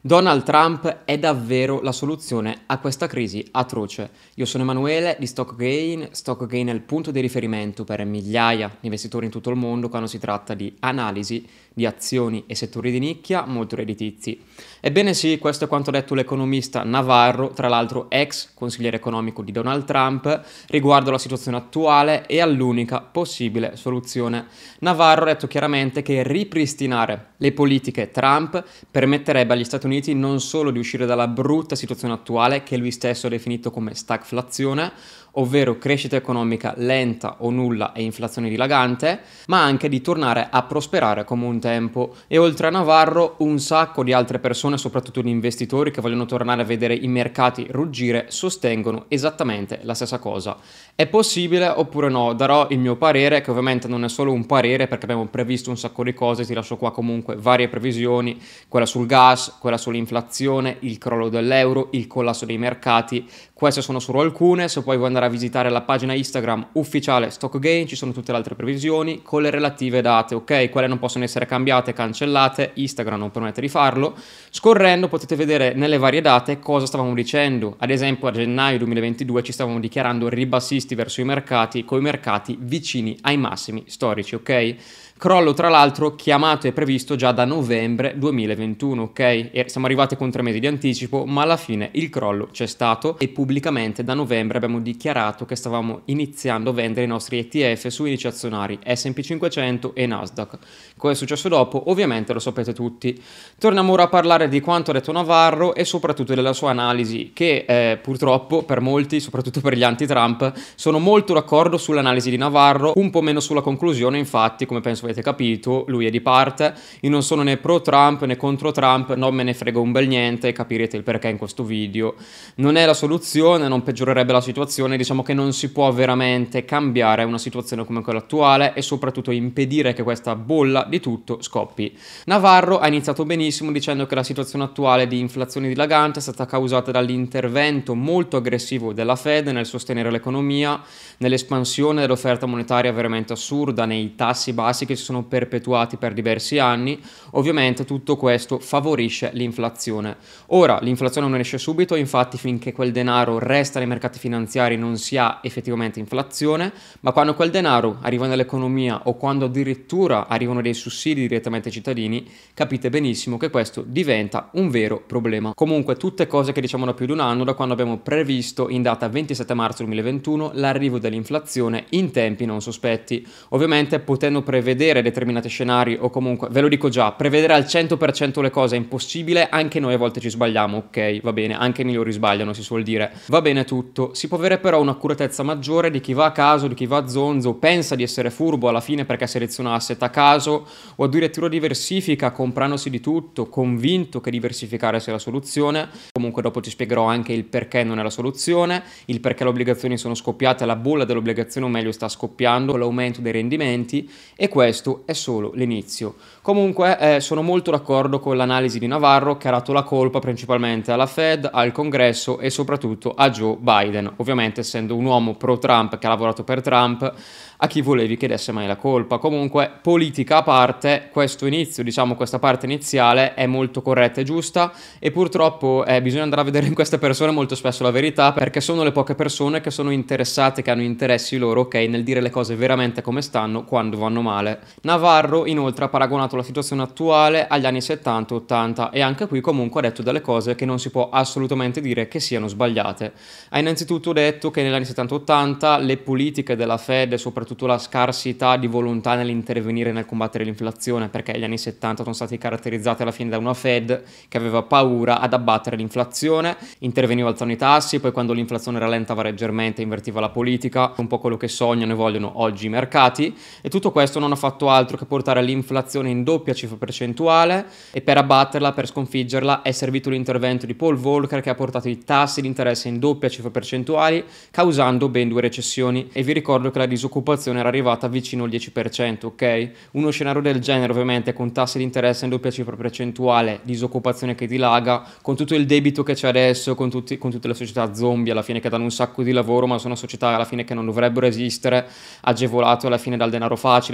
Donald Trump è davvero la soluzione a questa crisi atroce. Io sono Emanuele di StockGain. StockGain è il punto di riferimento per migliaia di investitori in tutto il mondo quando si tratta di analisi di azioni e settori di nicchia molto redditizi. Ebbene sì, questo è quanto ha detto l'economista Navarro, tra l'altro ex consigliere economico di Donald Trump, riguardo alla situazione attuale e all'unica possibile soluzione. Navarro ha detto chiaramente che ripristinare le politiche Trump permetterebbe agli Stati Uniti non solo di uscire dalla brutta situazione attuale, che lui stesso ha definito come stagflazione, ovvero crescita economica lenta o nulla e inflazione dilagante, ma anche di tornare a prosperare come un tempo. E oltre a Navarro, un sacco di altre persone, soprattutto gli investitori che vogliono tornare a vedere i mercati ruggire, sostengono esattamente la stessa cosa. È possibile oppure no? Darò il mio parere, che ovviamente non è solo un parere perché abbiamo previsto un sacco di cose, ti lascio qua comunque varie previsioni, quella sul gas, quella sull'inflazione, il crollo dell'euro, il collasso dei mercati. Queste sono solo alcune, se poi vuoi andare a visitare la pagina Instagram ufficiale StockGain ci sono tutte le altre previsioni con le relative date, ok? Quelle non possono essere cambiate, cancellate, Instagram non permette di farlo. Scorrendo potete vedere nelle varie date cosa stavamo dicendo, ad esempio a gennaio 2022 ci stavamo dichiarando ribassisti verso i mercati, con i mercati vicini ai massimi storici, ok? Crollo tra l'altro chiamato e previsto già da novembre 2021, ok? E siamo arrivati con 3 mesi di anticipo, ma alla fine il crollo c'è stato e pubblicamente da novembre abbiamo dichiarato che stavamo iniziando a vendere i nostri ETF su indici azionari S&P 500 e Nasdaq. Cosa è successo dopo? Ovviamente lo sapete tutti. Torniamo ora a parlare di quanto ha detto Navarro e soprattutto della sua analisi che purtroppo per molti, soprattutto per gli anti-Trump, sono molto d'accordo sull'analisi di Navarro, un po' meno sulla conclusione, infatti come penso avete capito, lui è di parte, io non sono né pro Trump né contro Trump, non me ne frega un bel niente, capirete il perché in questo video. Non è la soluzione, non peggiorerebbe la situazione, diciamo che non si può veramente cambiare una situazione come quella attuale e soprattutto impedire che questa bolla di tutto scoppi. Navarro ha iniziato benissimo dicendo che la situazione attuale di inflazione dilagante è stata causata dall'intervento molto aggressivo della Fed nel sostenere l'economia, nell'espansione dell'offerta monetaria veramente assurda, nei tassi bassi che si sono perpetuati per diversi anni. Ovviamente tutto questo favorisce l'inflazione. Ora l'inflazione non esce subito, infatti finché quel denaro resta nei mercati finanziari non si ha effettivamente inflazione, ma quando quel denaro arriva nell'economia o quando addirittura arrivano dei sussidi direttamente ai cittadini, capite benissimo che questo diventa un vero problema. Comunque tutte cose che diciamo da più di un anno, da quando abbiamo previsto in data 27 marzo 2021 l'arrivo dell'inflazione in tempi non sospetti. Ovviamente potendo prevedere determinati scenari o comunque, ve lo dico già, prevedere al 100% le cose è impossibile, anche noi a volte ci sbagliamo, ok, va bene, anche i migliori sbagliano, si suol dire, va bene tutto, si può avere però un'accuratezza maggiore di chi va a caso, di chi va a zonzo, pensa di essere furbo alla fine perché seleziona asset a caso o addirittura diversifica comprandosi di tutto, convinto che diversificare sia la soluzione. Comunque dopo ti spiegherò anche il perché non è la soluzione, il perché le obbligazioni sono scoppiate, la bolla delle obbligazioni o meglio sta scoppiando con l'aumento dei rendimenti e questo è solo l'inizio. Comunque sono molto d'accordo con l'analisi di Navarro che ha dato la colpa principalmente alla Fed, al Congresso e soprattutto a Joe Biden. Ovviamente essendo un uomo pro Trump che ha lavorato per Trump, a chi volevi che desse mai la colpa. Comunque, politica a parte, questo inizio, diciamo questa parte iniziale è molto corretta e giusta e purtroppo bisogna andare a vedere in queste persone molto spesso la verità perché sono le poche persone che sono interessate, che hanno interessi loro, ok, nel dire le cose veramente come stanno quando vanno male. Navarro inoltre ha paragonato la situazione attuale agli anni 70-80 e anche qui comunque ha detto delle cose che non si può assolutamente dire che siano sbagliate. Ha innanzitutto detto che negli anni 70-80 le politiche della Fed e soprattutto la scarsità di volontà nell'intervenire nel combattere l'inflazione, perché gli anni 70 sono stati caratterizzati alla fine da una Fed che aveva paura ad abbattere l'inflazione, interveniva alzando i tassi, poi quando l'inflazione rallentava leggermente invertiva la politica, un po' quello che sognano e vogliono oggi i mercati, e tutto questo non ha fatto altro che portare l'inflazione in doppia cifra percentuale e per abbatterla, per sconfiggerla, è servito l'intervento di Paul Volcker che ha portato i tassi di interesse in doppia cifra percentuali, causando ben 2 recessioni e vi ricordo che la disoccupazione era arrivata vicino al 10%, ok? Uno scenario del genere ovviamente con tassi di interesse in doppia cifra percentuale, disoccupazione che dilaga, con tutto il debito che c'è adesso, con tutte le società zombie alla fine che danno un sacco di lavoro ma sono società alla fine che non dovrebbero esistere, agevolato alla fine dal denaro facile, dai tassi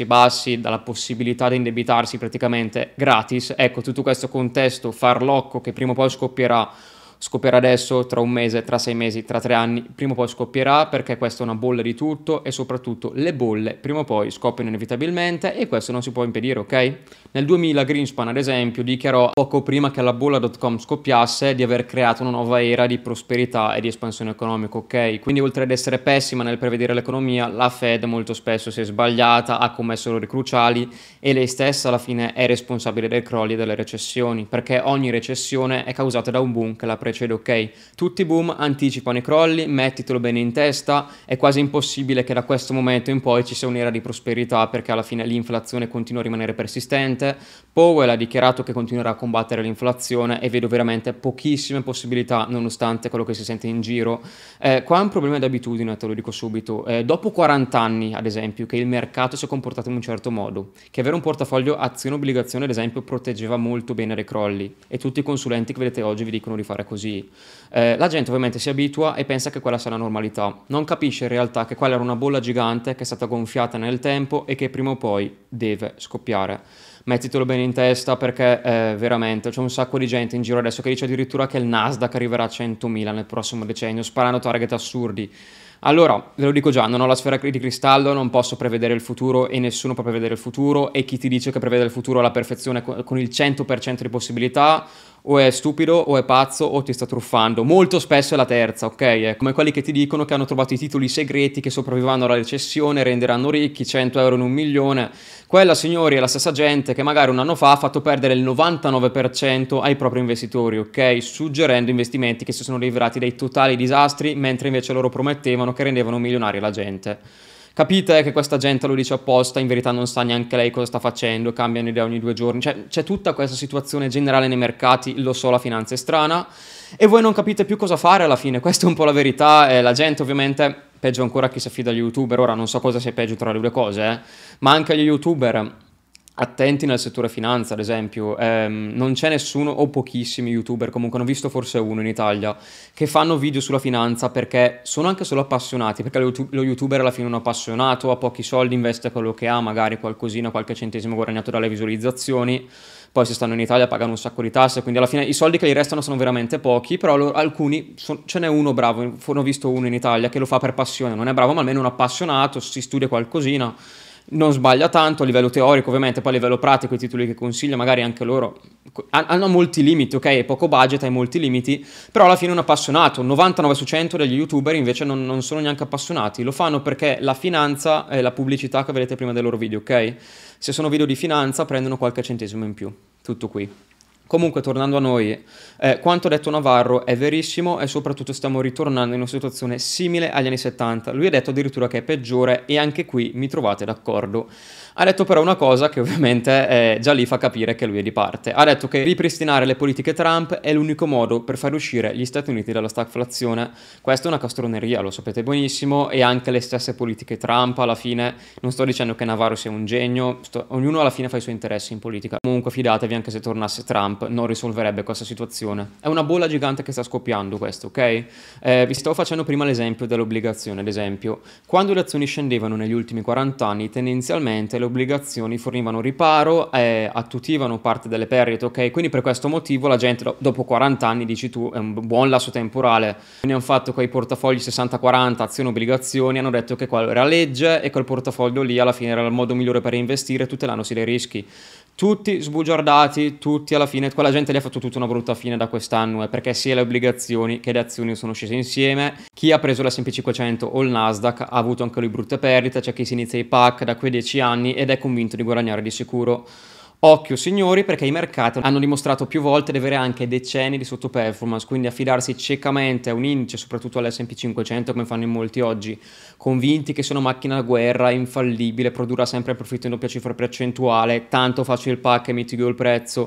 bassi, dalla possibilità di indebitarsi praticamente gratis. Ecco, tutto questo contesto farlocco che prima o poi scoppierà adesso, tra un mese, tra 6 mesi, tra 3 anni, prima o poi scoppierà, perché questa è una bolla di tutto e soprattutto le bolle prima o poi scoppiano inevitabilmente e questo non si può impedire, ok? Nel 2000 Greenspan, ad esempio, dichiarò poco prima che la bolla.com scoppiasse di aver creato una nuova era di prosperità e di espansione economica, ok? Quindi oltre ad essere pessima nel prevedere l'economia, la Fed molto spesso si è sbagliata, ha commesso errori cruciali e lei stessa alla fine è responsabile dei crolli e delle recessioni, perché ogni recessione è causata da un boom che la precede, ok? Tutti i boom anticipano i crolli, mettitelo bene in testa, è quasi impossibile che da questo momento in poi ci sia un'era di prosperità perché alla fine l'inflazione continua a rimanere persistente. Powell ha dichiarato che continuerà a combattere l'inflazione e vedo veramente pochissime possibilità nonostante quello che si sente in giro. Qua è un problema di abitudine, te lo dico subito. Dopo 40 anni, ad esempio, che il mercato si è comportato in un certo modo, che avere un portafoglio azione-obbligazione, ad esempio, proteggeva molto bene dai crolli e tutti i consulenti che vedete oggi vi dicono di fare così. La gente ovviamente si abitua e pensa che quella sia la normalità. Non capisce in realtà che quella era una bolla gigante che è stata gonfiata nel tempo e che prima o poi deve scoppiare. Mettitelo bene in testa perché veramente c'è un sacco di gente in giro adesso che dice addirittura che il Nasdaq arriverà a 100.000 nel prossimo decennio, sparando target assurdi. Allora, ve lo dico già, non ho la sfera di cristallo, non posso prevedere il futuro e nessuno può prevedere il futuro e chi ti dice che prevede il futuro alla perfezione con il 100% di possibilità o è stupido o è pazzo o ti sta truffando. Molto spesso è la terza, ok? È come quelli che ti dicono che hanno trovato i titoli segreti che sopravvivranno alla recessione, renderanno ricchi, 100 euro in 1 milione. Quella, signori, è la stessa gente che magari un anno fa ha fatto perdere il 99% ai propri investitori, ok? Suggerendo investimenti che si sono rivelati dei totali disastri, mentre invece loro promettevano che rendevano milionari la gente. Capite che questa gente lo dice apposta, in verità non sa neanche lei cosa sta facendo, cambiano idea ogni 2 giorni, c'è tutta questa situazione generale nei mercati, lo so, la finanza è strana, e voi non capite più cosa fare alla fine, questa è un po' la verità, la gente ovviamente, peggio ancora chi si affida agli youtuber, ora non so cosa sia peggio tra le due cose, ma anche agli youtuber attenti nel settore finanza, ad esempio, non c'è nessuno o pochissimi youtuber, comunque ne ho visto forse uno in Italia, che fanno video sulla finanza perché sono anche solo appassionati, perché lo youtuber alla fine è un appassionato, ha pochi soldi, investe quello che ha, magari qualcosina, qualche centesimo guadagnato dalle visualizzazioni, poi se stanno in Italia pagano un sacco di tasse, quindi alla fine i soldi che gli restano sono veramente pochi, però alcuni, ce n'è uno bravo, ne ho visto uno in Italia che lo fa per passione, non è bravo ma almeno un appassionato, si studia qualcosina, non sbaglia tanto a livello teorico, ovviamente, poi a livello pratico i titoli che consiglia magari anche loro hanno molti limiti, ok? È poco budget, hai molti limiti, però alla fine è un appassionato, 99 su 100 degli youtuber invece non sono neanche appassionati, lo fanno perché la finanza è la pubblicità che vedete prima dei loro video, ok? Se sono video di finanza prendono qualche centesimo in più, tutto qui. Comunque, tornando a noi, quanto detto Navarro è verissimo e soprattutto stiamo ritornando in una situazione simile agli anni 70. Lui ha detto addirittura che è peggiore e anche qui mi trovate d'accordo. Ha detto però una cosa che ovviamente già lì fa capire che lui è di parte. Ha detto che ripristinare le politiche Trump è l'unico modo per far uscire gli Stati Uniti dalla stagflazione. Questa è una castroneria, lo sapete benissimo, e anche le stesse politiche Trump alla fine, non sto dicendo che Navarro sia un genio, ognuno alla fine fa i suoi interessi in politica. Comunque fidatevi, anche se tornasse Trump non risolverebbe questa situazione. È una bolla gigante che sta scoppiando questo, ok? Vi stavo facendo prima l'esempio dell'obbligazione, ad esempio. Quando le azioni scendevano negli ultimi 40 anni, tendenzialmente le obbligazioni fornivano riparo e attutivano parte delle perdite, ok? Quindi per questo motivo la gente dopo 40 anni, dici tu, è un buon lasso temporale. Quindi hanno fatto quei portafogli 60-40, azioni obbligazioni, hanno detto che quello era legge e quel portafoglio lì alla fine era il modo migliore per investire, tutelandosi dai rischi. Tutti sbugiardati, tutti alla fine, quella gente lì ha fatto tutta una brutta fine da quest'anno, perché sia le obbligazioni che le azioni sono scese insieme. Chi ha preso l'S&P 500 o il Nasdaq ha avuto anche lui brutte perdite, c'è chi si inizia i PAC da quei 10 anni ed è convinto di guadagnare di sicuro. Occhio signori, perché i mercati hanno dimostrato più volte di avere anche decenni di sottoperformance, quindi affidarsi ciecamente a un indice, soprattutto all'S&P 500 come fanno in molti oggi, convinti che sono macchina da guerra, infallibile, produrrà sempre profitto in doppia cifra percentuale, tanto faccio il pack e mitigo il prezzo.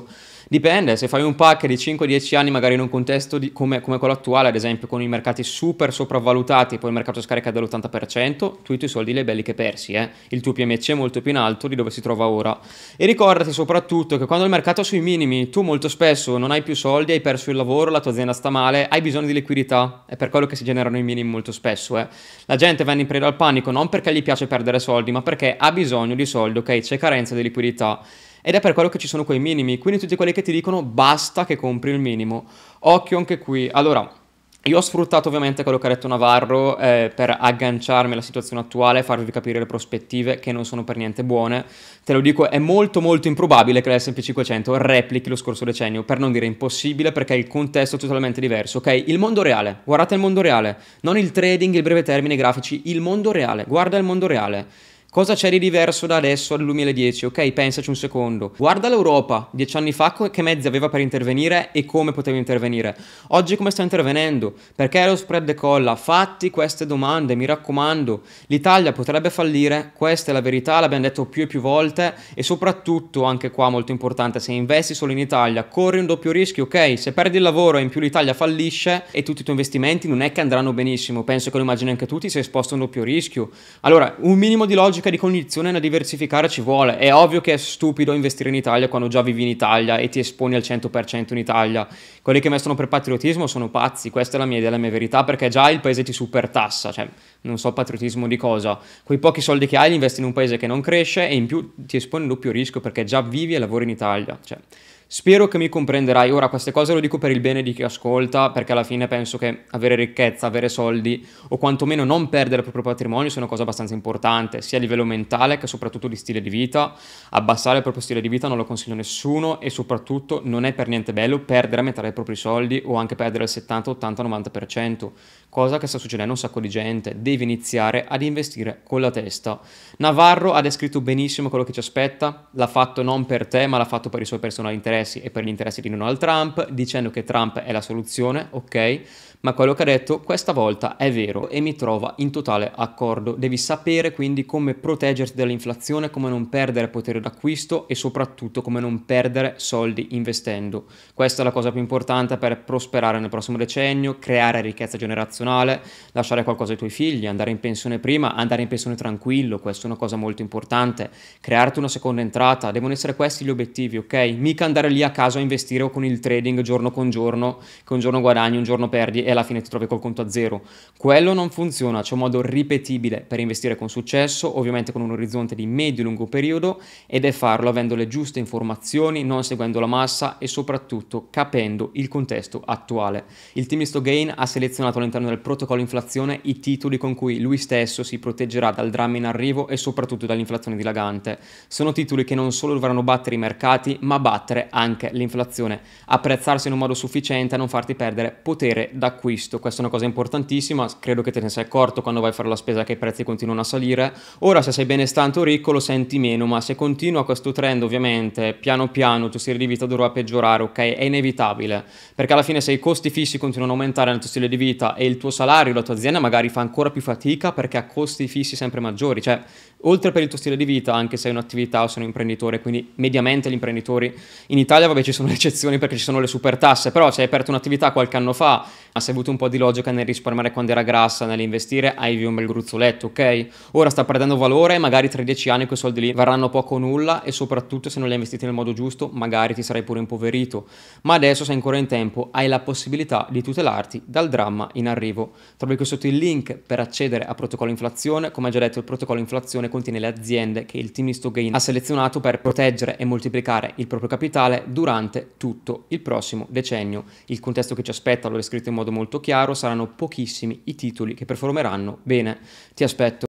Dipende, se fai un pack di 5-10 anni magari in un contesto come quello attuale, ad esempio con i mercati super sopravvalutati, poi il mercato scarica dell'80%, tu i tuoi soldi li hai belli che persi, eh? Il tuo PMC è molto più in alto di dove si trova ora. E ricordati soprattutto che quando il mercato è sui minimi, tu molto spesso non hai più soldi, hai perso il lavoro, la tua azienda sta male, hai bisogno di liquidità, è per quello che si generano i minimi molto spesso, eh. La gente va in preda al panico non perché gli piace perdere soldi, ma perché ha bisogno di soldi, ok? C'è carenza di liquidità. Ed è per quello che ci sono quei minimi, quindi tutti quelli che ti dicono basta che compri il minimo. Occhio anche qui. Allora, io ho sfruttato ovviamente quello che ha detto Navarro per agganciarmi alla situazione attuale e farvi capire le prospettive che non sono per niente buone. Te lo dico, è molto molto improbabile che l'S&P 500 replichi lo scorso decennio, per non dire impossibile, perché il contesto è totalmente diverso, ok? Il mondo reale, guardate il mondo reale, non il trading, il breve termine, i grafici, il mondo reale, guarda il mondo reale. Cosa c'è di diverso da adesso al 2010? Ok, pensaci un secondo. Guarda l'Europa, 10 anni fa che mezzi aveva per intervenire e come poteva intervenire. Oggi come sta intervenendo? Perché lo spread decolla? Fatti queste domande, mi raccomando. L'Italia potrebbe fallire, questa è la verità, l'abbiamo detto più e più volte e soprattutto, anche qua molto importante, se investi solo in Italia, corri un doppio rischio, ok? Se perdi il lavoro e in più l'Italia fallisce e tutti i tuoi investimenti non è che andranno benissimo, penso che lo immagini anche tu, ti sei esposto a un doppio rischio. Allora, un minimo di logica di cognizione da diversificare ci vuole. È ovvio che è stupido investire in Italia quando già vivi in Italia e ti esponi al 100% in Italia. Quelli che investono per patriottismo sono pazzi, questa è la mia idea, la mia verità, perché già il paese ti supertassa, cioè non so patriottismo di cosa. Quei pochi soldi che hai li investi in un paese che non cresce e in più ti esponi a un doppio rischio perché già vivi e lavori in Italia, cioè spero che mi comprenderai. Ora, queste cose lo dico per il bene di chi ascolta, perché alla fine penso che avere ricchezza, avere soldi, o quantomeno non perdere il proprio patrimonio, sia una cosa abbastanza importante, sia a livello mentale che soprattutto di stile di vita. Abbassare il proprio stile di vita non lo consiglio a nessuno e soprattutto non è per niente bello perdere a metà dei propri soldi o anche perdere il 70, 80, 90%, cosa che sta succedendo a un sacco di gente. Devi iniziare ad investire con la testa. Navarro ha descritto benissimo quello che ci aspetta, l'ha fatto non per te, ma l'ha fatto per i suoi personali interessi e per gli interessi di Donald Trump, dicendo che Trump è la soluzione, ok? Ma quello che ha detto questa volta è vero e mi trova in totale accordo. Devi sapere quindi come proteggerti dall'inflazione, come non perdere potere d'acquisto e soprattutto come non perdere soldi investendo. Questa è la cosa più importante per prosperare nel prossimo decennio, creare ricchezza generazionale, lasciare qualcosa ai tuoi figli, andare in pensione prima, andare in pensione tranquillo, questa è una cosa molto importante, crearti una seconda entrata, devono essere questi gli obiettivi, ok? Mica andare lì a caso a investire o con il trading giorno con giorno, che un giorno guadagni, un giorno perdi e alla fine ti trovi col conto a zero. Quello non funziona, c'è un modo ripetibile per investire con successo, ovviamente con un orizzonte di medio-lungo periodo, ed è farlo avendo le giuste informazioni, non seguendo la massa e soprattutto capendo il contesto attuale. Il team Stogain ha selezionato all'interno del protocollo inflazione i titoli con cui lui stesso si proteggerà dal dramma in arrivo e soprattutto dall'inflazione dilagante. Sono titoli che non solo dovranno battere i mercati, ma battere anche l'inflazione, apprezzarsi in un modo sufficiente a non farti perdere potere d'acquisto. Questa è una cosa importantissima, credo che te ne sei accorto quando vai a fare la spesa che i prezzi continuano a salire. Ora se sei benestante o ricco lo senti meno, ma se continua questo trend ovviamente piano piano il tuo stile di vita dovrà peggiorare, ok? È inevitabile, perché alla fine se i costi fissi continuano a aumentare nel tuo stile di vita e il tuo salario, la tua azienda magari fa ancora più fatica perché ha costi fissi sempre maggiori, cioè oltre per il tuo stile di vita, anche se hai un'attività o sei un imprenditore, quindi mediamente gli imprenditori in Italia, vabbè, ci sono le eccezioni perché ci sono le super tasse, però se hai aperto un'attività qualche anno fa, ma se hai avuto un po' di logica nel risparmiare quando era grassa, nell'investire, hai un bel gruzzoletto, ok? Ora sta perdendo valore, magari tra 10 anni quei soldi lì varranno poco o nulla e soprattutto se non li hai investiti nel modo giusto, magari ti sarai pure impoverito. Ma adesso sei ancora in tempo, hai la possibilità di tutelarti dal dramma in arrivo. Trovi qui sotto il link per accedere a Protocollo Inflazione. Come già detto, il Protocollo Inflazione contiene le aziende che il team di Stogain ha selezionato per proteggere e moltiplicare il proprio capitale durante tutto il prossimo decennio. Il contesto che ci aspetta l'ho descritto in modo molto chiaro, saranno pochissimi i titoli che performeranno bene. Ti aspetto.